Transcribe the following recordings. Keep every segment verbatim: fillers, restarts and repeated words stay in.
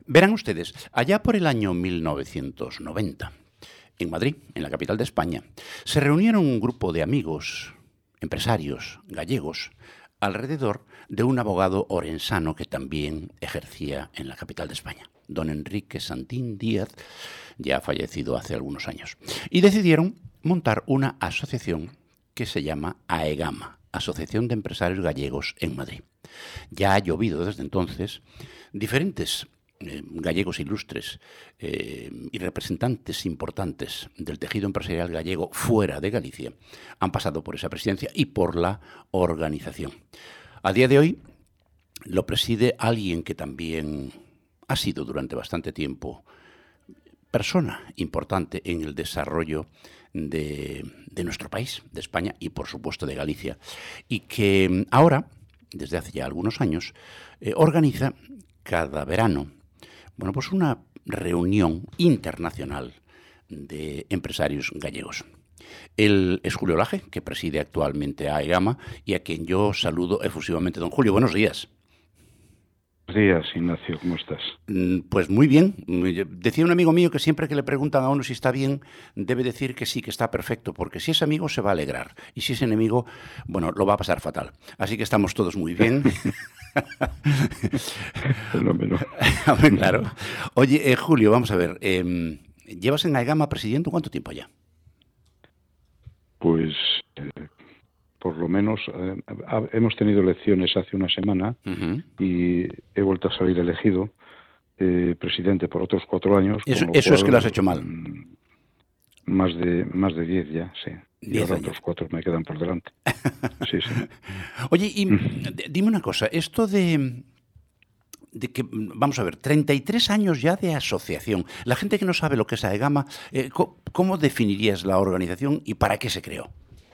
Verán ustedes, allá por el año mil novecientos noventa, en Madrid, en la capital de España, se reunieron un grupo de amigos, empresarios gallegos, alrededor de un abogado orensano que también ejercía en la capital de España, don Enrique Santín Díaz, ya fallecido hace algunos años. Y decidieron montar una asociación que se llama AEGAMA, Asociación de Empresarios Gallegos en Madrid. Ya ha llovido desde entonces. Diferentes eh, gallegos ilustres eh, y representantes importantes del tejido empresarial gallego fuera de Galicia han pasado por esa presidencia y por la organización. A día de hoy lo preside alguien que también ha sido durante bastante tiempo persona importante en el desarrollo de, de nuestro país, de España y por supuesto de Galicia, y que ahora, desde hace ya algunos años, eh, organiza cada verano, bueno, pues una reunión internacional de empresarios gallegos. Él es Julio Laje, que preside actualmente a AEGAMA y a quien yo saludo efusivamente. Don Julio, buenos días. Buenos días, Ignacio, ¿cómo estás? Pues muy bien. Decía un amigo mío que siempre que le preguntan a uno si está bien, debe decir que sí, que está perfecto, porque si es amigo se va a alegrar y si es enemigo, bueno, lo va a pasar fatal. Así que estamos todos muy bien. Fenómeno. Claro. Oye, eh, Julio, vamos a ver, eh, ¿llevas en AEGAMA presidiendo cuánto tiempo ya? Pues... Eh... por lo menos eh, hemos tenido elecciones hace una semana uh-huh. y he vuelto a salir elegido eh, presidente por otros cuatro años. Eso, eso cual, es que lo has hecho mal. Más de más de diez ya, sí. Y ahora años. otros cuatro me quedan por delante. Sí, sí. Oye, y dime una cosa, esto de... de que, vamos a ver, treinta y tres años ya de asociación. La gente que no sabe lo que es AEGAMA, eh, ¿cómo definirías la organización y para qué se creó?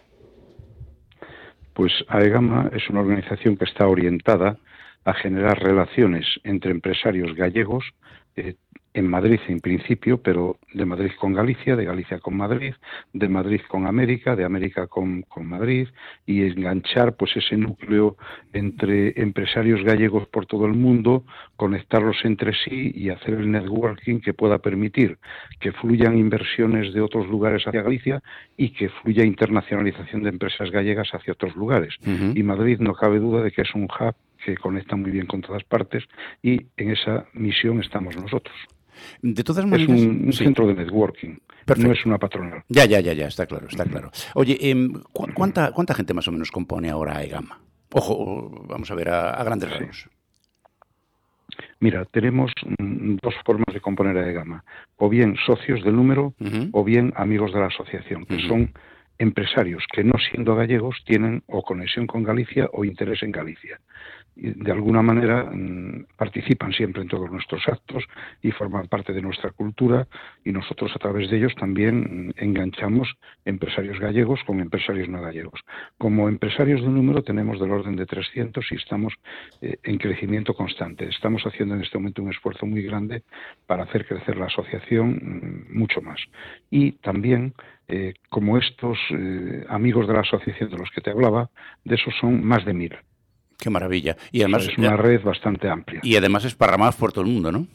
Pues AEGAMA es una organización que está orientada a generar relaciones entre empresarios gallegos, eh, en Madrid en principio, pero de Madrid con Galicia, de Galicia con Madrid, de Madrid con América, de América con, con Madrid, y enganchar pues ese núcleo entre empresarios gallegos por todo el mundo, conectarlos entre sí y hacer el networking que pueda permitir que fluyan inversiones de otros lugares hacia Galicia y que fluya internacionalización de empresas gallegas hacia otros lugares. Uh-huh. Y Madrid no cabe duda de que es un hub que conecta muy bien con todas partes y en esa misión estamos nosotros. De todas maneras, es un, un sí. centro de networking, Perfecto. No es una patronal. Ya, ya, ya, ya, está claro, está claro. Oye, eh, ¿cu ¿cuánta, ¿cuánta gente más o menos compone ahora AEGAMA? Ojo, vamos a ver a, a grandes rasgos. Sí. Mira, tenemos mm, dos formas de componer AEGAMA, o bien socios del número, uh-huh. o bien amigos de la asociación, que uh-huh. son empresarios que no siendo gallegos tienen o conexión con Galicia o interés en Galicia. Y de alguna manera mmm, participan siempre en todos nuestros actos y forman parte de nuestra cultura y nosotros a través de ellos también mmm, enganchamos empresarios gallegos con empresarios no gallegos. Como empresarios de un número tenemos del orden de trescientos y estamos eh, en crecimiento constante. Estamos haciendo en este momento un esfuerzo muy grande para hacer crecer la asociación mmm, mucho más. Y también Eh, como estos eh, amigos de la asociación de los que te hablaba, de esos son más de mil. Qué maravilla. Y además, o sea, es una red bastante amplia. Y además esparramados por todo el mundo, ¿no?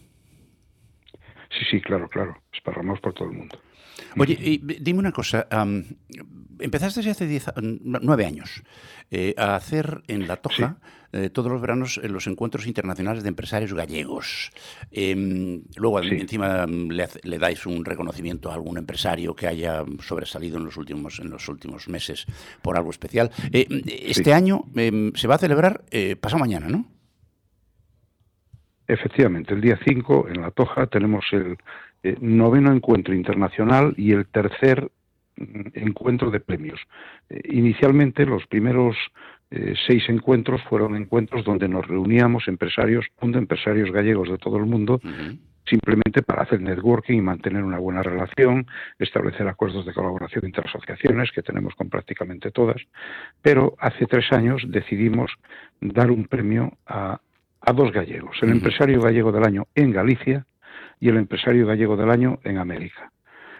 Sí, sí, claro, claro. Esparramados por todo el mundo. Oye, y dime una cosa. Um, empezaste hace diez, nueve años eh, a hacer en La Toja sí. eh, todos los veranos eh, los encuentros internacionales de empresarios gallegos. Eh, luego, sí. encima, le, le dais un reconocimiento a algún empresario que haya sobresalido en los últimos, en los últimos meses por algo especial. Eh, este sí. año eh, se va a celebrar eh, pasado mañana, ¿no? Efectivamente, el día cinco en La Toja tenemos el eh, noveno encuentro internacional y el tercer mm, encuentro de premios. Eh, inicialmente los primeros eh, seis encuentros fueron encuentros donde nos reuníamos empresarios, empresarios gallegos de todo el mundo, uh-huh. simplemente para hacer networking y mantener una buena relación, establecer acuerdos de colaboración entre asociaciones, que tenemos con prácticamente todas, pero hace tres años decidimos dar un premio a a dos gallegos, el uh-huh. empresario gallego del año en Galicia y el empresario gallego del año en América.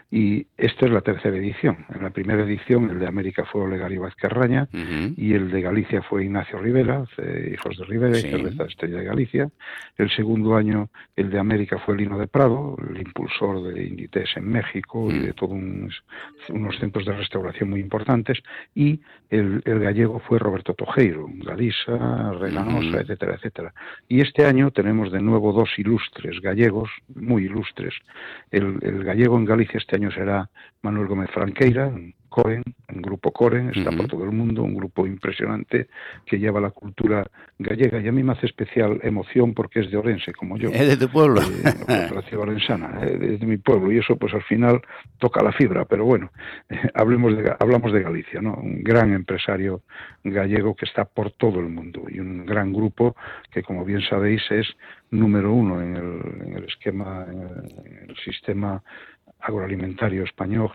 Y esta es la tercera edición. En la primera edición el de América fue Olegario Vázquez Raña, uh-huh. y el de Galicia fue Ignacio Rivera, de Hijos de Rivera, sí. y Cerveza Estrella de Galicia. El segundo año el de América fue Lino de Prado, el impulsor de Inditex en México uh-huh. y de todos unos centros de restauración muy importantes. Y el, el gallego fue Roberto Tojeiro, Gadisa, Reganosa, uh-huh. etcétera, etcétera. Y este año tenemos de nuevo dos ilustres gallegos, muy ilustres. El, el gallego en Galicia este año será Manuel Gómez Franqueira, Coren, un grupo Coren, está uh-huh. por todo el mundo, un grupo impresionante que lleva la cultura gallega, y a mí me hace especial emoción porque es de Orense, como yo. ¿Es de tu pueblo? Eh, la ciudad orensana, eh, de, de mi pueblo, y eso pues al final toca la fibra, pero bueno, eh, hablemos de, hablamos de Galicia, ¿no? Un gran empresario gallego que está por todo el mundo, y un gran grupo que, como bien sabéis, es número uno en el, en el esquema, en el, en el sistema agroalimentario español,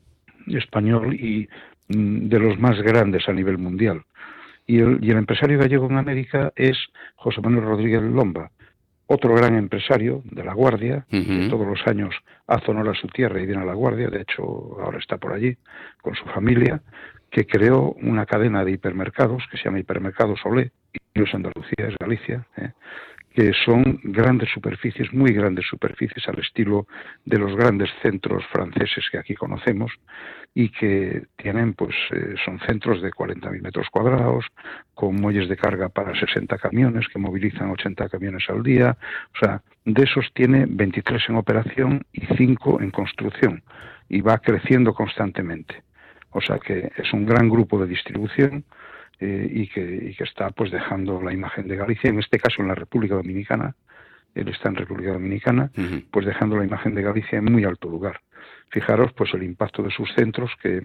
español y mm, de los más grandes a nivel mundial. Y el, y el empresario gallego en América es José Manuel Rodríguez Lomba, otro gran empresario de La Guardia, uh-huh. que todos los años hace honor a su tierra y viene a La Guardia, de hecho ahora está por allí con su familia, que creó una cadena de hipermercados que se llama Hipermercados Olé, y no es Andalucía, es Galicia, ¿eh? que son grandes superficies, muy grandes superficies al estilo de los grandes centros franceses que aquí conocemos, y que tienen, pues, eh, son centros de cuarenta mil metros cuadrados, con muelles de carga para sesenta camiones, que movilizan ochenta camiones al día. O sea, de esos tiene veintitrés en operación y cinco en construcción, y va creciendo constantemente. O sea que es un gran grupo de distribución, Eh, y, que, y que está pues dejando la imagen de Galicia, en este caso en la República Dominicana, él está en República Dominicana, uh-huh. pues dejando la imagen de Galicia en muy alto lugar. Fijaros pues el impacto de sus centros, que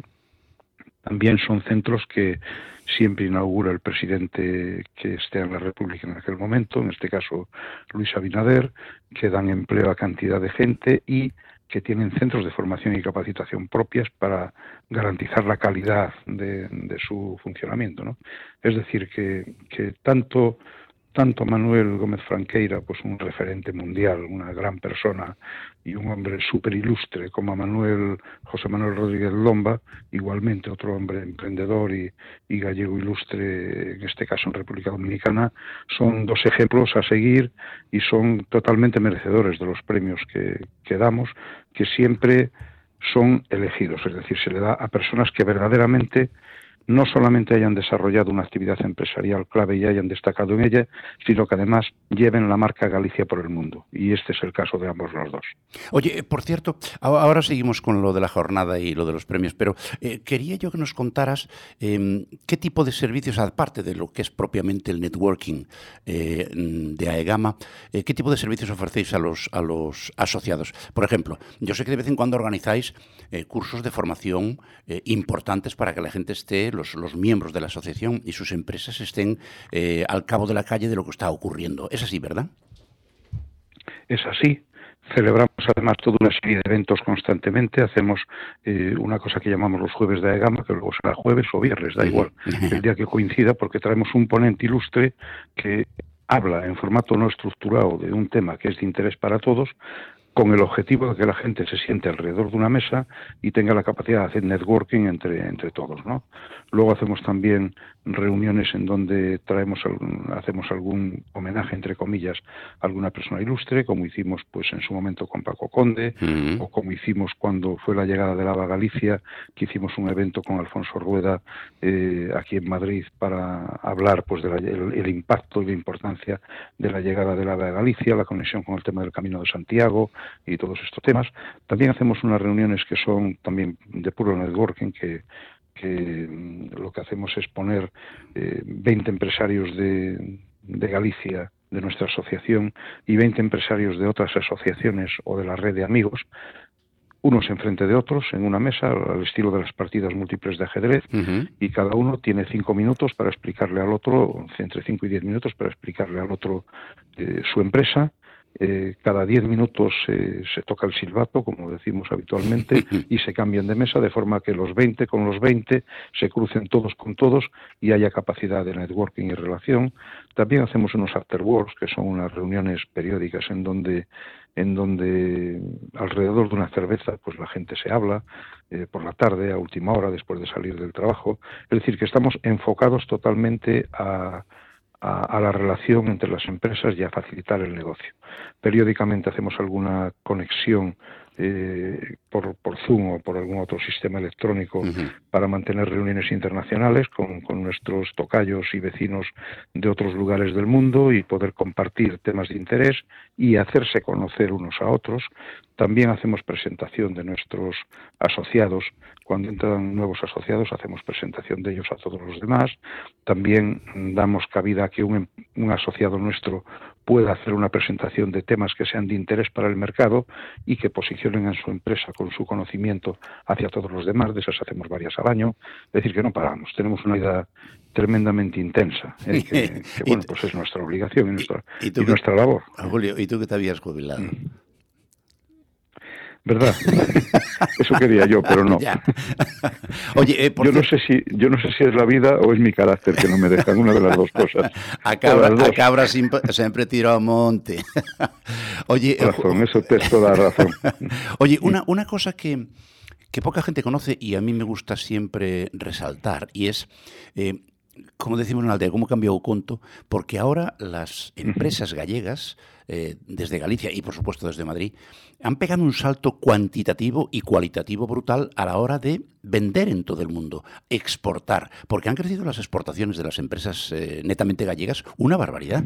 también son centros que siempre inaugura el presidente que esté en la República en aquel momento, en este caso Luis Abinader, que dan empleo a cantidad de gente y que tienen centros de formación y capacitación propias para garantizar la calidad de, de su funcionamiento, ¿no? Es decir, que, que tanto, tanto Manuel Gómez Franqueira, pues un referente mundial, una gran persona y un hombre súper ilustre, como a Manuel, José Manuel Rodríguez Lomba, igualmente otro hombre emprendedor y, y gallego ilustre, en este caso en República Dominicana, son dos ejemplos a seguir y son totalmente merecedores de los premios que, que damos, que siempre son elegidos, es decir, se le da a personas que verdaderamente no solamente hayan desarrollado una actividad empresarial clave y hayan destacado en ella, sino que además lleven la marca Galicia por el mundo. Y este es el caso de ambos los dos. Oye, por cierto, ahora seguimos con lo de la jornada y lo de los premios, pero eh, quería yo que nos contaras eh, qué tipo de servicios, aparte de lo que es propiamente el networking eh, de AEGAMA, eh, qué tipo de servicios ofrecéis a los, a los asociados. Por ejemplo, yo sé que de vez en cuando organizáis eh, cursos de formación eh, importantes para que la gente esté, Los, los miembros de la asociación y sus empresas estén eh, al cabo de la calle de lo que está ocurriendo. Es así, ¿verdad? Es así. Celebramos además toda una serie de eventos constantemente. Hacemos eh, una cosa que llamamos los jueves de AEGAMA, que luego será jueves o viernes, da igual, el día que coincida, porque traemos un ponente ilustre que habla en formato no estructurado de un tema que es de interés para todos, con el objetivo de que la gente se siente alrededor de una mesa y tenga la capacidad de hacer networking entre, entre todos, ¿no? Luego hacemos también reuniones en donde traemos hacemos algún homenaje, entre comillas, a alguna persona ilustre, como hicimos pues en su momento con Paco Conde, uh-huh. o como hicimos cuando fue la llegada del AVA a Galicia, que hicimos un evento con Alfonso Rueda eh, aquí en Madrid para hablar pues del de el impacto y la importancia de la llegada del AVA a Galicia, la conexión con el tema del Camino de Santiago y todos estos temas. También hacemos unas reuniones que son también de puro networking, que que lo que hacemos es poner eh, veinte empresarios de, de Galicia, de nuestra asociación, y veinte empresarios de otras asociaciones o de la red de amigos, unos enfrente de otros, en una mesa, al estilo de las partidas múltiples de ajedrez, uh-huh. y cada uno tiene cinco minutos para explicarle al otro, entre cinco y diez minutos para explicarle al otro eh, su empresa. Eh, cada diez minutos eh, se toca el silbato, como decimos habitualmente, y se cambian de mesa, de forma que los veinte con los veinte se crucen todos con todos y haya capacidad de networking y relación. También hacemos unos afterworks, que son unas reuniones periódicas en donde en donde alrededor de una cerveza pues la gente se habla eh, por la tarde, a última hora, después de salir del trabajo. Es decir, que estamos enfocados totalmente a, a, a la relación entre las empresas y a facilitar el negocio. Periódicamente hacemos alguna conexión eh, por, por Zoom o por algún otro sistema electrónico uh-huh. para mantener reuniones internacionales con, con nuestros tocayos y vecinos de otros lugares del mundo y poder compartir temas de interés y hacerse conocer unos a otros. También hacemos presentación de nuestros asociados. Cuando entran nuevos asociados hacemos presentación de ellos a todos los demás. También damos cabida a que un, un asociado nuestro pueda hacer una presentación de temas que sean de interés para el mercado y que posicionen a su empresa con su conocimiento hacia todos los demás. De esas hacemos varias al año. Es decir, que no paramos. Tenemos una vida tremendamente intensa, ¿eh? que, que bueno, pues es nuestra obligación y nuestra, ¿Y, y y que, nuestra labor. Julio, ¿y tú que te habías jubilado? Mm. ¿Verdad? Eso quería yo, pero no. Oye, eh, por yo no sé si yo no sé si es la vida o es mi carácter que no me dejan, una de las dos cosas. A cabra, a cabra siempre, siempre tiro a monte. Oye, razón, eso te es toda razón. Oye, una, una cosa que, que poca gente conoce y a mí me gusta siempre resaltar, y es... Eh, como decimos en Aldea, cómo cambió o conto, porque ahora las empresas gallegas, eh, desde Galicia y por supuesto desde Madrid, han pegado un salto cuantitativo y cualitativo brutal a la hora de vender en todo el mundo, exportar, porque han crecido las exportaciones de las empresas eh, netamente gallegas una barbaridad.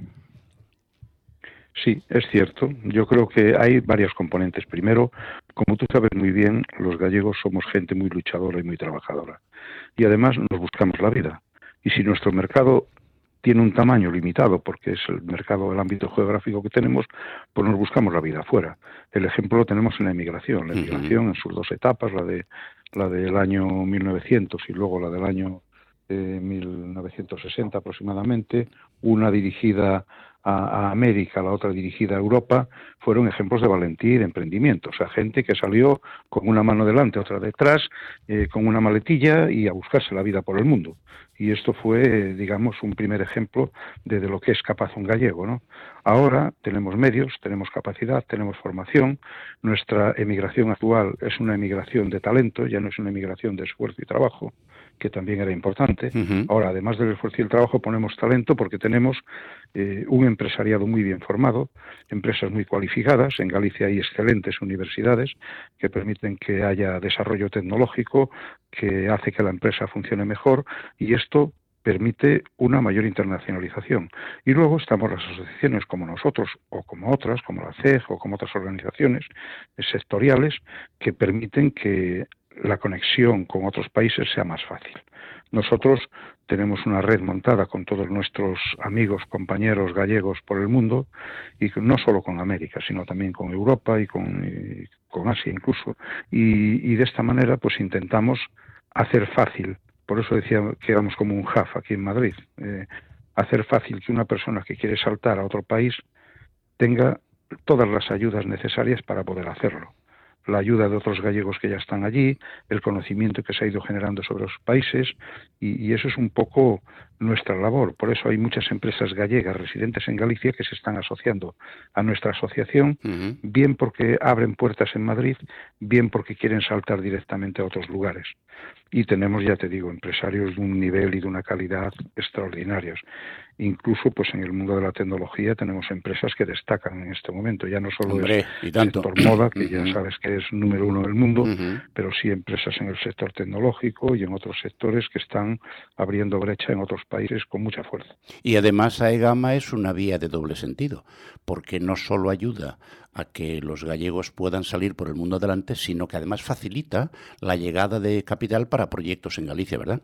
Sí, es cierto. Yo creo que hay varios componentes. Primero, como tú sabes muy bien, los gallegos somos gente muy luchadora y muy trabajadora. Y además nos buscamos la vida. Y si nuestro mercado tiene un tamaño limitado, porque es el mercado del ámbito geográfico que tenemos, pues nos buscamos la vida afuera. El ejemplo lo tenemos en la emigración. La emigración en sus dos etapas, la de la del año mil novecientos y luego la del año eh, mil novecientos sesenta aproximadamente, una dirigida a, a América, la otra dirigida a Europa, fueron ejemplos de valentía y de emprendimiento. O sea, gente que salió con una mano delante, otra detrás, eh, con una maletilla y a buscarse la vida por el mundo. Y esto fue, eh, digamos, un primer ejemplo de, de lo que es capaz un gallego, ¿no? Ahora tenemos medios, tenemos capacidad, tenemos formación. Nuestra emigración actual es una emigración de talento, ya no es una emigración de esfuerzo y trabajo, que también era importante. Uh-huh. Ahora, además del esfuerzo y el trabajo, ponemos talento porque tenemos eh, un empresariado muy bien formado, empresas muy cualificadas. En Galicia hay excelentes universidades que permiten que haya desarrollo tecnológico, que hace que la empresa funcione mejor, y esto permite una mayor internacionalización. Y luego estamos las asociaciones como nosotros o como otras, como la C E G o como otras organizaciones sectoriales que permiten que la conexión con otros países sea más fácil. Nosotros tenemos una red montada con todos nuestros amigos, compañeros gallegos por el mundo, y no solo con América, sino también con Europa y con, y con Asia incluso. Y, y de esta manera pues intentamos hacer fácil, por eso decía que éramos como un hub aquí en Madrid, eh, hacer fácil que una persona que quiere saltar a otro país tenga todas las ayudas necesarias para poder hacerlo. La ayuda de otros gallegos que ya están allí, el conocimiento que se ha ido generando sobre los países, y, y eso es un poco nuestra labor. Por eso hay muchas empresas gallegas residentes en Galicia que se están asociando a nuestra asociación, uh-huh. bien porque abren puertas en Madrid, bien porque quieren saltar directamente a otros lugares. Y tenemos, ya te digo, empresarios de un nivel y de una calidad extraordinarios. Incluso pues en el mundo de la tecnología tenemos empresas que destacan en este momento. Ya no solo Hombre, es y tanto. el sector moda, que uh-huh. ya sabes que es número uno del mundo, uh-huh. pero sí empresas en el sector tecnológico y en otros sectores que están abriendo brecha en otros países con mucha fuerza. Y además AEGAMA es una vía de doble sentido, porque no solo ayuda a que los gallegos puedan salir por el mundo adelante, sino que además facilita la llegada de capital para proyectos en Galicia, ¿verdad?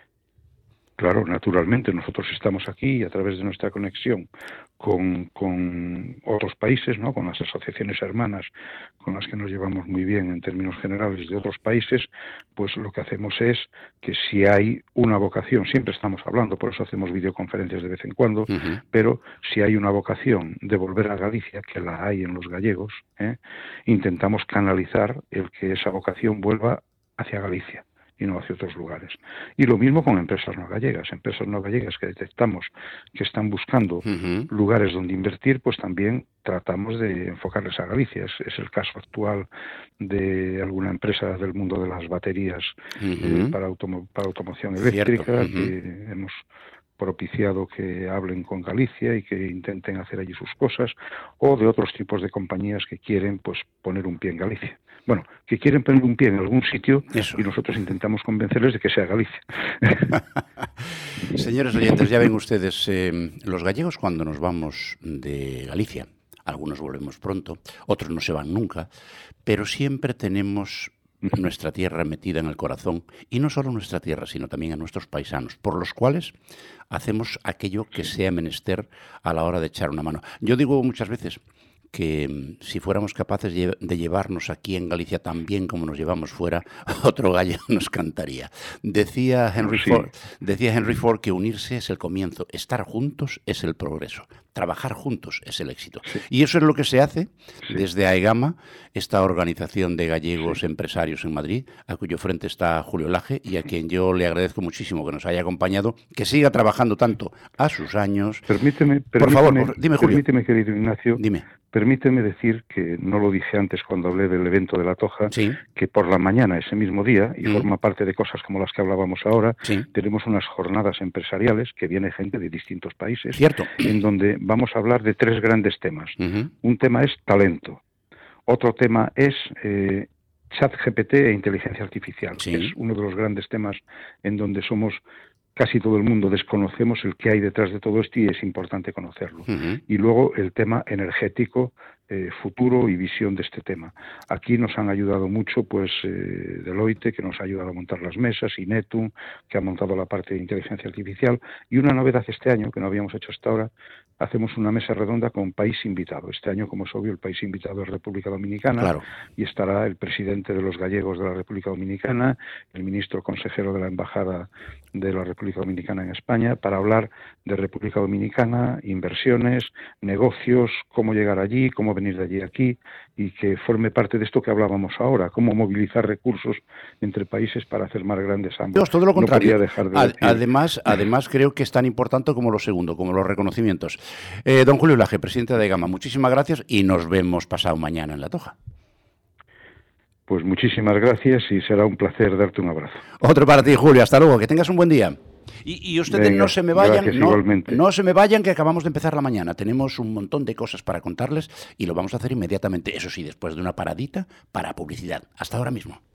Claro, naturalmente, nosotros estamos aquí y a través de nuestra conexión con, con otros países, ¿no? Con las asociaciones hermanas con las que nos llevamos muy bien en términos generales de otros países, pues lo que hacemos es que si hay una vocación, siempre estamos hablando, por eso hacemos videoconferencias de vez en cuando, uh-huh. pero si hay una vocación de volver a Galicia, que la hay en los gallegos, ¿eh? intentamos canalizar el que esa vocación vuelva hacia Galicia. y no hacia otros lugares. Y lo mismo con empresas no gallegas, empresas no gallegas que detectamos que están buscando uh-huh. lugares donde invertir, pues también tratamos de enfocarles a Galicia. Es, es el caso actual de alguna empresa del mundo de las baterías uh-huh. eh, para, automo para automoción eléctrica, uh-huh. que hemos propiciado que hablen con Galicia y que intenten hacer allí sus cosas, o de otros tipos de compañías que quieren pues poner un pie en Galicia. Bueno, que quieren poner un pie en algún sitio Eso. y nosotros intentamos convencerles de que sea Galicia. Señores oyentes, ya ven ustedes, eh, los gallegos cuando nos vamos de Galicia, algunos volvemos pronto, otros no se van nunca, pero siempre tenemos nuestra tierra metida en el corazón, y no solo nuestra tierra, sino también a nuestros paisanos, por los cuales hacemos aquello que sea menester a la hora de echar una mano. Yo digo muchas veces que si fuéramos capaces de llevarnos aquí en Galicia tan bien como nos llevamos fuera, otro gallo nos cantaría. Decía Henry sí. Ford, decía Henry Ford que unirse es el comienzo, estar juntos es el progreso, trabajar juntos es el éxito. Sí. Y eso es lo que se hace sí. desde AEGAMA, esta organización de gallegos sí. empresarios en Madrid, a cuyo frente está Julio Laje, y a quien yo le agradezco muchísimo que nos haya acompañado, que siga trabajando tanto a sus años. Permíteme, permíteme por favor, por, dime, Julio. Permíteme, querido Ignacio. Dime. Permíteme decir que no lo dije antes cuando hablé del evento de La Toja, sí. que por la mañana, ese mismo día, y mm. forma parte de cosas como las que hablábamos ahora, sí. tenemos unas jornadas empresariales que viene gente de distintos países, Cierto. en donde vamos a hablar de tres grandes temas. Uh-huh. Un tema es talento, otro tema es eh, chat G P T e inteligencia artificial, sí. que es uno de los grandes temas en donde somos... Casi todo el mundo desconocemos el que hay detrás de todo esto y es importante conocerlo. Uh-huh. Y luego el tema energético, eh, futuro y visión de este tema. Aquí nos han ayudado mucho pues eh, Deloitte, que nos ha ayudado a montar las mesas, y Netum, que ha montado la parte de inteligencia artificial. Y una novedad este año, que no habíamos hecho hasta ahora, hacemos una mesa redonda con país invitado. Este año, como es obvio, el país invitado es República Dominicana, claro. y estará el presidente de los gallegos de la República Dominicana, el ministro consejero de la Embajada de la República Dominicana en España, para hablar de República Dominicana, inversiones, negocios, cómo llegar allí, cómo venir de allí a aquí, y que forme parte de esto que hablábamos ahora, cómo movilizar recursos entre países para hacer más grandes ambos. Dios, todo lo contrario. No dejar de Ad, además, además, creo que es tan importante como lo segundo, como los reconocimientos. Eh, don Julio Laje, presidente de AEGAMA, muchísimas gracias y nos vemos pasado mañana en La Toja. Pues muchísimas gracias y será un placer darte un abrazo. Otro para ti, Julio. Hasta luego. Que tengas un buen día. Y, y ustedes Venga, no se me vayan, gracias, no, igualmente. no se me vayan, que acabamos de empezar la mañana. Tenemos un montón de cosas para contarles y lo vamos a hacer inmediatamente. Eso sí, después de una paradita para publicidad. Hasta ahora mismo.